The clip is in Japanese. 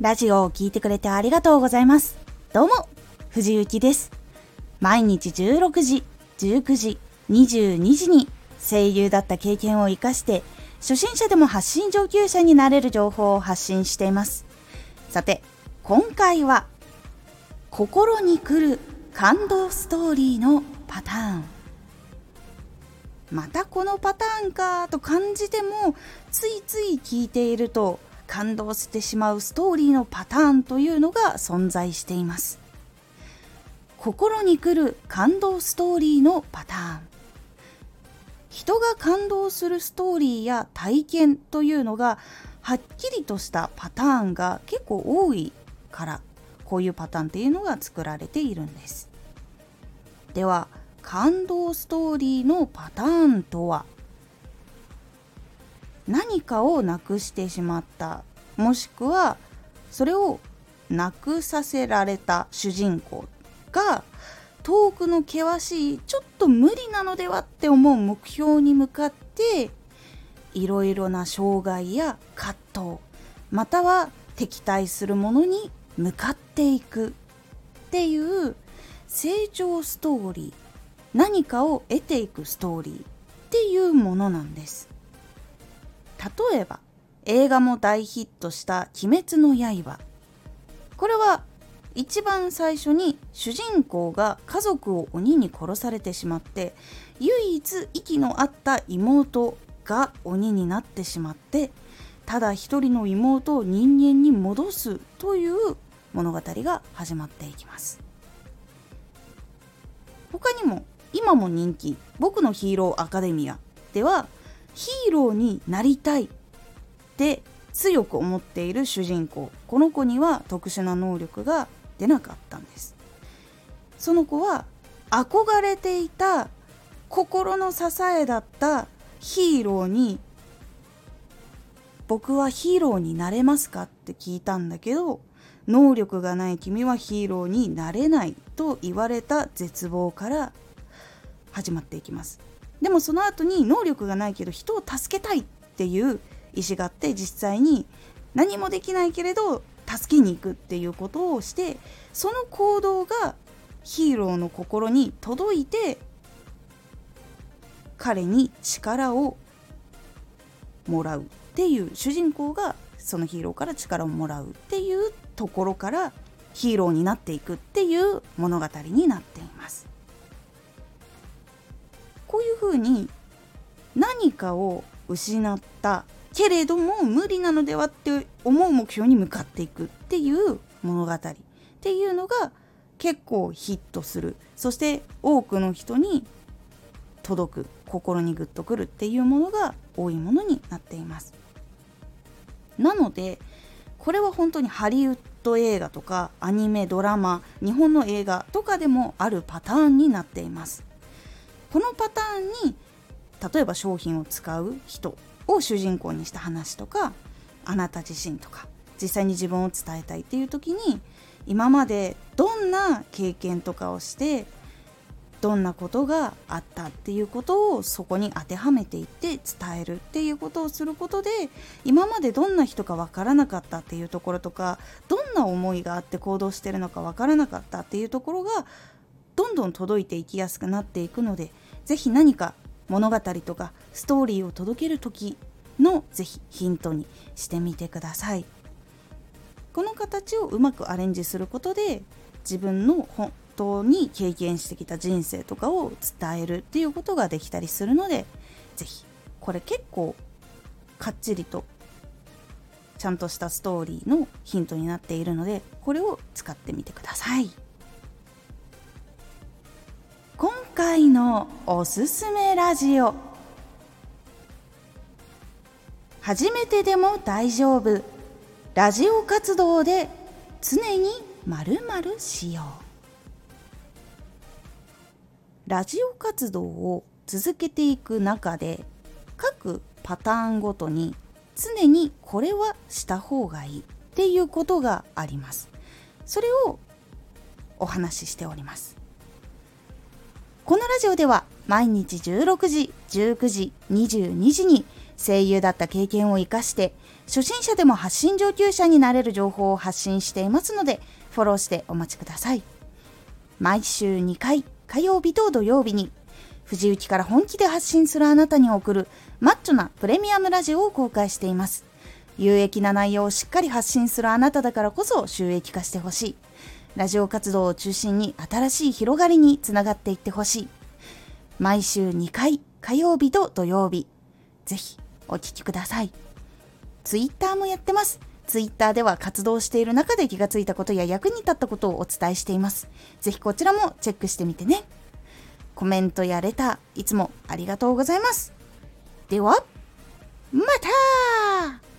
ラジオを聞いてくれてありがとうございます。どうも、藤幸です。毎日16時、19時、22時に声優だった経験を生かして初心者でも発信上級者になれる情報を発信しています。さて、今回は心に来る感動ストーリーのパターン。またこのパターンかと感じても、ついつい聞いていると感動してしまうストーリーのパターンというのが存在しています。心に来る感動ストーリーのパターン。人が感動するストーリーや体験というのがはっきりとしたパターンが結構多いから、こういうパターンっていうのが作られているんです。では、感動ストーリーのパターンとは、何かをなくしてしまった、もしくはそれをなくさせられた主人公が遠くの険しい、ちょっと無理なのではって思う目標に向かっていろいろな障害や葛藤、または敵対するものに向かっていくっていう成長ストーリー、何かを得ていくストーリーっていうものなんです。例えば映画も大ヒットした鬼滅の刃。これは一番最初に主人公が家族を鬼に殺されてしまって、唯一息の合った妹が鬼になってしまって、ただ一人の妹を人間に戻すという物語が始まっていきます。他にも今も人気、僕のヒーローアカデミアでは、ヒーローになりたいって強く思っている主人公、この子には特殊な能力が出なかったんです。その子は憧れていた心の支えだったヒーローに、僕はヒーローになれますかって聞いたんだけど、能力がない君はヒーローになれないと言われた絶望から始まっていきます。でもその後に能力がないけど人を助けたいっていう意思があって、実際に何もできないけれど助けに行くっていうことをして、その行動がヒーローの心に届いて、彼に力をもらうっていう、主人公がそのヒーローから力をもらうっていうところからヒーローになっていくっていう物語になっています。こういうふうに何かを失ったけれども無理なのではって思う目標に向かっていくっていう物語っていうのが結構ヒットする、そして多くの人に届く、心にグッとくるっていうものが多いものになっています。なのでこれは本当にハリウッド映画とかアニメ、ドラマ、日本の映画とかでもあるパターンになっています。このパターンに、例えば商品を使う人を主人公にした話とか、あなた自身とか実際に自分を伝えたいっていう時に、今までどんな経験とかをしてどんなことがあったっていうことをそこに当てはめていって伝えるっていうことをすることで、今までどんな人かわからなかったっていうところとか、どんな思いがあって行動してるのかわからなかったっていうところがどんどん届いていきやすくなっていくので、ぜひ何か物語とかストーリーを届ける時のぜひヒントにしてみてください。この形をうまくアレンジすることで、自分の本当に経験してきた人生とかを伝えるっていうことができたりするので、ぜひこれ結構かっちりとちゃんとしたストーリーのヒントになっているので、これを使ってみてください。今回のおすすめラジオ、初めてでも大丈夫、ラジオ活動で常に〇〇しよう。ラジオ活動を続けていく中で、各パターンごとに常にこれはした方がいいっていうことがあります。それをお話ししております。このラジオでは毎日16時、19時、22時に声優だった経験を生かして初心者でも発信上級者になれる情報を発信していますので、フォローしてお待ちください。毎週2回、火曜日と土曜日に藤雪から本気で発信するあなたに送るマッチョなプレミアムラジオを公開しています。有益な内容をしっかり発信するあなただからこそ収益化してほしい。ラジオ活動を中心に新しい広がりにつながっていってほしい。毎週2回、火曜日と土曜日、ぜひお聞きください。ツイッターもやってます。ツイッターでは活動している中で気がついたことや役に立ったことをお伝えしています。ぜひこちらもチェックしてみてね。コメントやレター、いつもありがとうございます。では、また。